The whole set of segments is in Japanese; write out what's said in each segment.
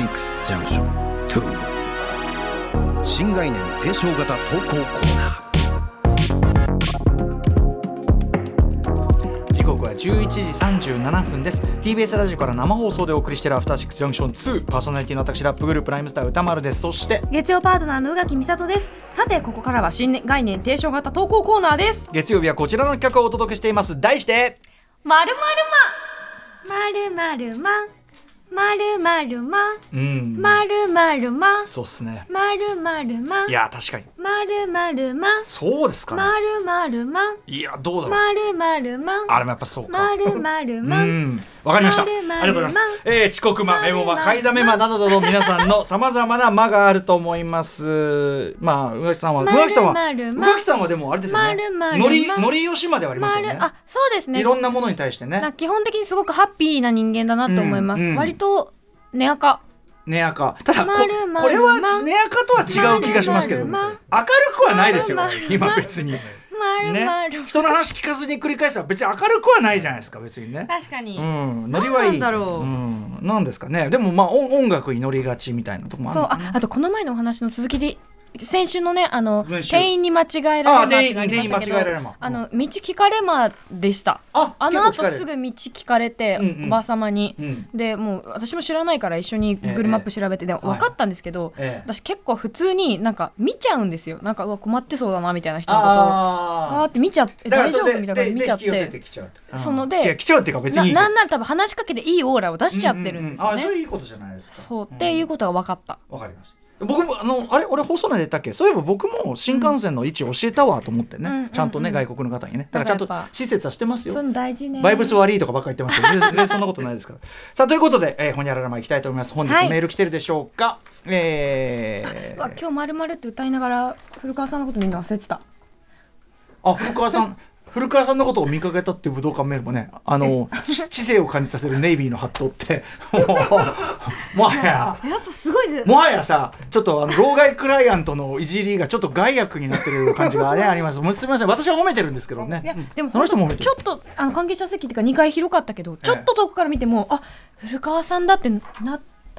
Sticks Junction 2新概念提唱型投稿コーナー。 時刻は11時37分です。 TBS ラジオから生放送でお送りしているアフターシックスジャンクション2、パーソナリティの私ラップグループライムスター歌丸です。そして月曜パートナーの宇垣美里です。さてここからは新概念提唱型投稿コーナーです。 月曜日はこちらの企画をお届けしています。題してまるまるままるまるままるまるままるまるまそうっすね。 まるまるまいや確かにまるまるまそうですかね。 まるまるまいやどうだろう。 まるまるまあれもやっぱそうか。 まるまるまわかりました。あ丸々 りがとうございます。遅刻魔、メモ魔、買いだめ魔などなど皆さんのさまざまな魔があると思います。まあ宇垣さんはでもあれですよね。ノリよしまではありますよね。 あ、そうですね。 いろんなものに対してね。 基本的にすごくハッピーな人間だなと思います。割とネアカ。 ネアカ。ただこれはネアカとは違う気がしますけどね。明るくはないですよ。今別に。ね、人の話聞かずに繰り返すのは別に明るくはないじゃないですか別にね。 確かに、 ノリはいい。なんですかね。でもまあ音楽祈りがちみたいなとこもあるのかな。 あとこの前のお話の続きで先週のね店員に間違えられまってなりましたけど、道聞かれまでした。あの後すぐ道聞かれて、おばあ様に、でもう私も知らないから一緒に Google マップ調べて、でも分かったんですけど、私結構普通になんか見ちゃうんですよ。なんか困ってそうだなみたいな人のことをガーって見ちゃって大丈夫みたいな感じで見ちゃって、そので来ちゃうっていうか別になんなら多分話しかけていいオーラを出しちゃってるんですよね。 それいいことじゃないですか。 そうっていうことが分かった。 分かりました。僕も俺放送内で言ったっけ。そういえば僕も新幹線の位置教えたわと思ってね、ちゃんとね外国の方にね。だからちゃんと施設はしてますよ。 その大事ね。 バイブス悪いとかばっかり言ってますけど全然そんなことないですからさあということで、ほにゃららまいきたいと思います。本日メール来てるでしょうか。 今日まるまるって歌いながら古川さんのことみんな忘れてた。 古川さんのことを見かけたっていう武道館メールもね、知性を感じさせるネイビーのハットってもはやっぱすごいもはやさちょっと老害クライアントのいじりがちょっと害悪になってる感じが、ね、あります。すみません、私は褒めてるんですけどね。 いやでもあの人も褒めてる。 ちょっと関係者席っていうか2階広かったけど、ちょっと遠くから見ても古川さんだってなった。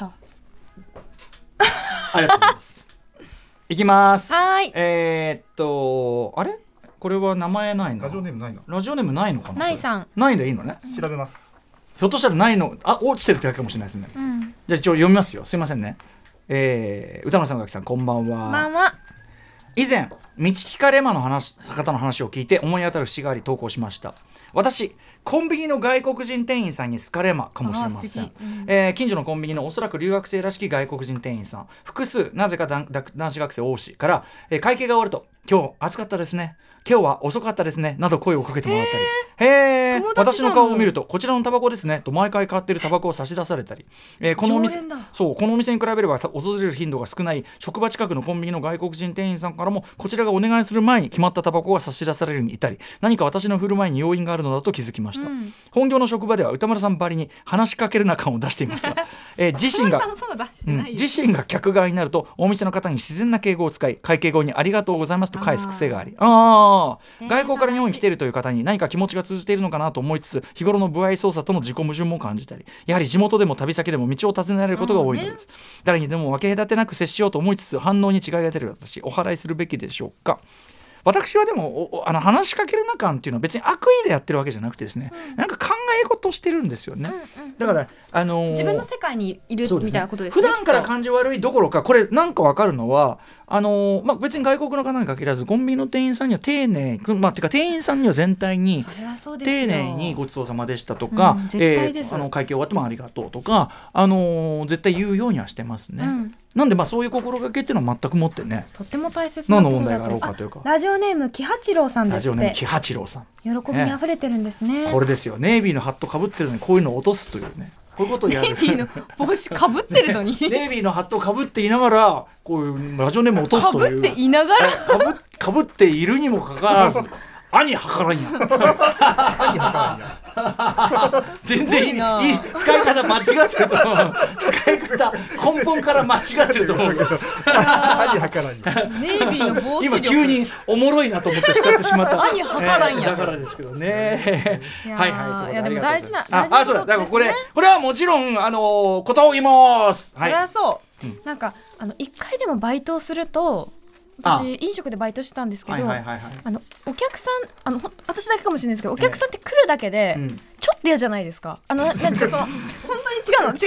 ありがとうございます。いきます。 はい。 あれこれは名前ないの。ラジオネームないのかな。 ないさん。 ないでいいのね。 調べます。 ひょっとしたらないの落ちてるってだけかもしれないですね。じゃあ一応読みますよ。すいませんね。歌丸さん、宇垣さんこんばんは。 こんばんは。 以前道聞かれ魔の方の話を聞いて思い当たる節があり投稿しました。私コンビニの外国人店員さんに好かれ魔かもしれません。近所のコンビニのおそらく留学生らしき外国人店員さん複数なぜか男子学生多しから、会計が終わると今日暑かったですね、今日は遅かったですねなど声をかけてもらったり、私の顔を見るとこちらのタバコですねと毎回買っているタバコを差し出されたり、このお店に比べれば訪れる頻度が少ない職場近くのコンビニの外国人店員さんからもこちらがお願いする前に決まったタバコが差し出されるようにいたり、何か私の振る舞いに要因があるのだと気づきました。本業の職場では歌丸さんばりに話しかけるな感を出していますが、自身が客側になるとお店の方に自然な敬語を使い、会計後にありがとうございますと返す癖があり、外国から日本に来ているという方に何か気持ちが通じているのかなと思いつつ、日頃の歩合操作との自己矛盾も感じたり、やはり地元でも旅先でも道を尋ねられることが多いのです。誰にでも分け隔てなく接しようと思いつつ反応に違いが出る私、お祓いするべきでしょうか。私はでも話しかけるな感っていうのは別に悪意でやってるわけじゃなくてですね、なんか考え事してるんですよね。だから自分の世界にいるみたいなことですね。 普段から感じ悪いどころか、これなんか分かるのは別に外国の方に限らずコンビニの店員さんには丁寧、てか店員さんには全体に丁寧にごちそうさまでしたとか、会計終わってもありがとうとか絶対言うようにはしてますね。なんでそういう心がけっていうのは全くもってね、 とっても大切なことだと。 何の問題があろうかというか。 ラジオネーム木八郎さんですって。 ラジオネーム木八郎さん、 喜びにあふれてるんですね。 これですよ、ネイビーのハットかぶってるのにこういうのを落とすというね、こういうことをやる。 ネイビーの帽子かぶってるのにネイビーのハットをかぶっていながらこういうラジオネームを落とすという、 かぶっていながらかぶっているにもかかわらず兄はからんや全然いい使い方間違ってると思う使い方根本から間違ってると思うよ兄はからんネイビーの帽子今急におもろいなと思って使ってしまった兄はからんやだからですけどねいやでも大事なそうだからこれはもちろん断ります。 そりゃそう、なんか1回でもバイトをすると私飲食でバイトしてたんですけど、お客さん私だけかもしれないですけど、お客さんって来るだけでちょっと嫌じゃないですか。なんかその本当に違うの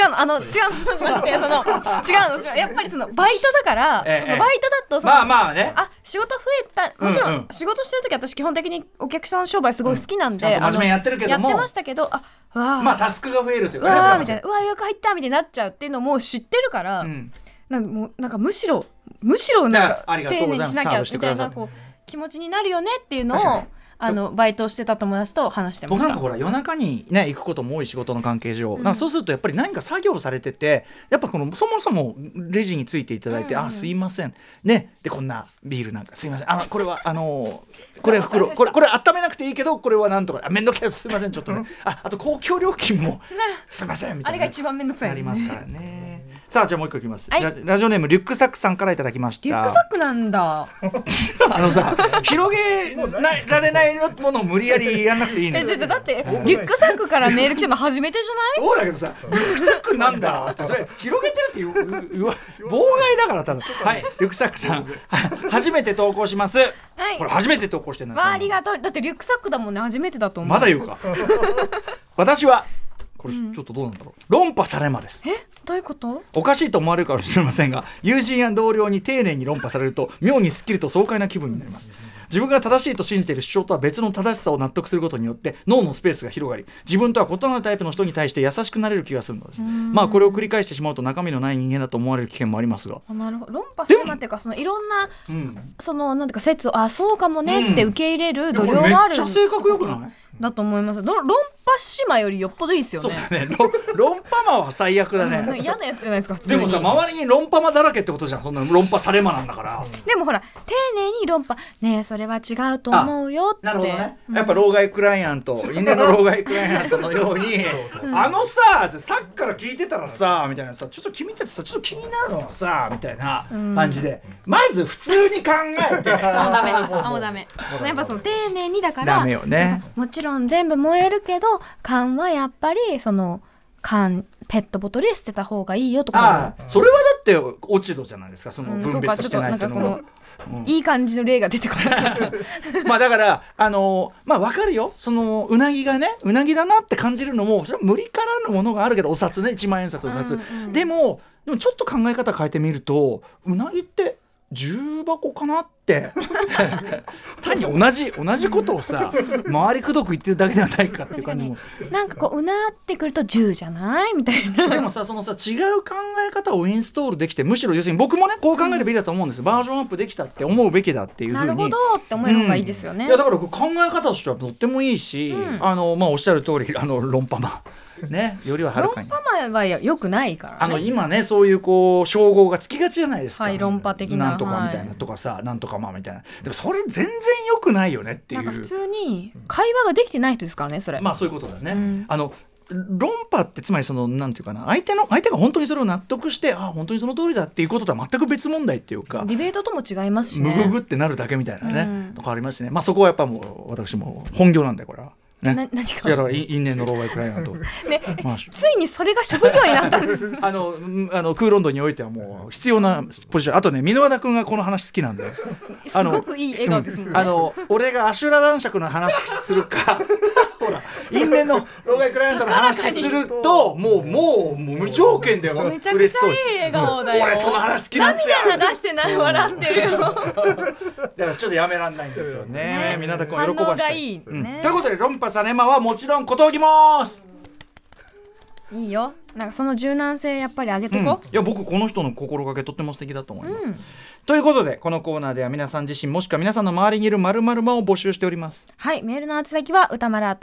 やっぱりそのバイトだから、バイトだとそのまあね、 仕事増えた、もちろん仕事してる時私基本的にお客さん商売すごい好きなんで、 真面目にやってるけどもやってましたけど、 タスクが増えるというか、 わーみたいな、うわ予約入ったみたいになっちゃうっていうのも知ってるから、なんかむしろなんか丁寧にしなきゃみたいな気持ちになるよねっていうのをバイトしてた友達と話してました。 僕なんかほら夜中にね行くことも多い仕事の関係上、そうするとやっぱり何か作業されてて、やっぱそもそもレジについていただいて、すいませんね、でこんなビールなんかすいません、これはこれ袋これ温めなくていいけどこれはなんとかめんどくさいすいませんちょっとね、あと公共料金もすいませんみたいな、 あれが一番めんどくさいなりますからね。さあじゃあもう一個いきます、ラジオネームリュックサックさんからいただきました。 リュックサックなんだ広げられないものを無理やりやんなくていいのよ。 だってリュックサックからメール来たの初めてじゃない？ そうだけどさ、リュックサックなんだってそれ広げてるって妨害だから多分。はい、リュックサックさん初めて投稿します。これ初めて投稿してるありがとう。だってリュックサックだもんね、初めてだと思う。 まだ言うか私はこれちょっとどうなんだろう、論破されまです。 どういうこと？ おかしいと思われるかもしれませんが、友人や同僚に丁寧に論破されると妙にすっきりと爽快な気分になります。自分が正しいと信じている主張とは別の正しさを納得することによって脳のスペースが広がり、自分とは異なるタイプの人に対して優しくなれる気がするのです。これを繰り返してしまうと中身のない人間だと思われる危険もありますが、 なるほど。論破するっていうか、そのいろんな、そのなんていうか説をそうかもねって受け入れる度量がある、 めっちゃ性格良くない？ だと思います。論破島よりよっぽどいいですよね。 そうだね。論破魔は最悪だね。 嫌なやつじゃないですか普通に。 でもさ、周りに論破魔だらけってことじゃん。そんな論破され魔なんだから。 でもほら丁寧に論破ねえそれは違うと思うよって。 なるほどね。やっぱ老害クライアント、因縁の老害クライアントのようにさっきから聞いてたらさみたいなさ、ちょっと君たちさちょっと気になるのはさみたいな感じで、まず普通に考えて。 もうダメ。やっぱその丁寧にだから。 ダメよね。 もちろん全部燃えるけど缶はやっぱりそのペットボトルで捨てた方がいいよとか。 それはだって落ち度じゃないですか、その分別してないっていうのは。 いい感じの例が出てこなかっただから分かるよ、そのうなぎがねうなぎだなって感じるのもそれは無理からぬものがあるけど、お札ね1万円札お札、でもちょっと考え方変えてみるとうなぎって重箱かなって単に同じことをさ回りくどく言ってるだけではないかっていう感じもなんかうなってくると10じゃないみたいな。 でもさ、そのさ違う考え方をインストールできて、むしろ要するに僕もねこう考えるべきだと思うんです、バージョンアップできたって思うべきだっていう風に。 なるほどって思える方がいいですよね。 いやだから考え方としてはとってもいいし、おっしゃる通り論破魔ね、よりははるかに論破魔は良くないからね。 今ねそういう称号がつきがちじゃないですか、 論破的ななんとかみたいなとかさ、なんとかまあみたいな。でもそれ全然良くないよねっていう。 なんか普通に会話ができてない人ですからねそれ。 そういうことだね、論破ってつまりそのなんていうかな、相手が本当にそれを納得して本当にその通りだっていうこととは全く別問題っていうか、 ディベートとも違いますしね、 ムググってなるだけみたいなね、とかありますしね。そこはやっぱもう私も本業なんだよこれは。ね、 何がいやだから因縁の老害クライアント、 ねついにそれが職業になったんですクーロンドにおいてはもう必要なポジション。あとね箕輪田君がこの話好きなんですごくいい笑顔ですもんね。 俺がアシュラ男爵の話するかほら因縁の老害クライアントの話するともう無条件でめちゃくちゃいい笑顔だよ。 俺その話好きなんですよ。 涙流してない笑ってるよだからちょっとやめらんないんですよね。箕輪田君を喜ばして反応がいい、ねということで論破されまはもちろん断ります。 いいよ。なんかその柔軟性やっぱり上げてこ、 いや僕この人の心がけとっても素敵だと思います、ということでこのコーナーでは皆さん自身もしくは皆さんの周りにいる〇〇魔を募集しております。 はい、メールの宛先は歌丸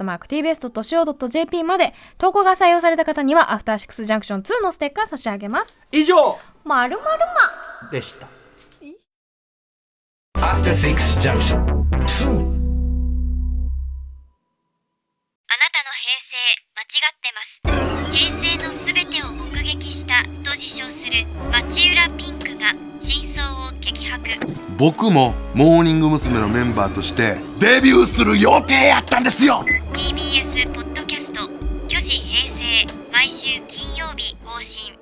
@tbs.co.jp まで。投稿が採用された方にはアフターシックスジャンクション2のステッカー差し上げます。 以上 〇〇魔でした。 アフターシックスジャンクション2。 あなたの平ってます。平成のすべてを目撃したと自称する町浦ピンクが真相を激白。 僕もモーニング娘。のメンバーとしてデビューする予定やったんですよ。 TBS ポッドキャスト「巨子平成」毎週金曜日更新。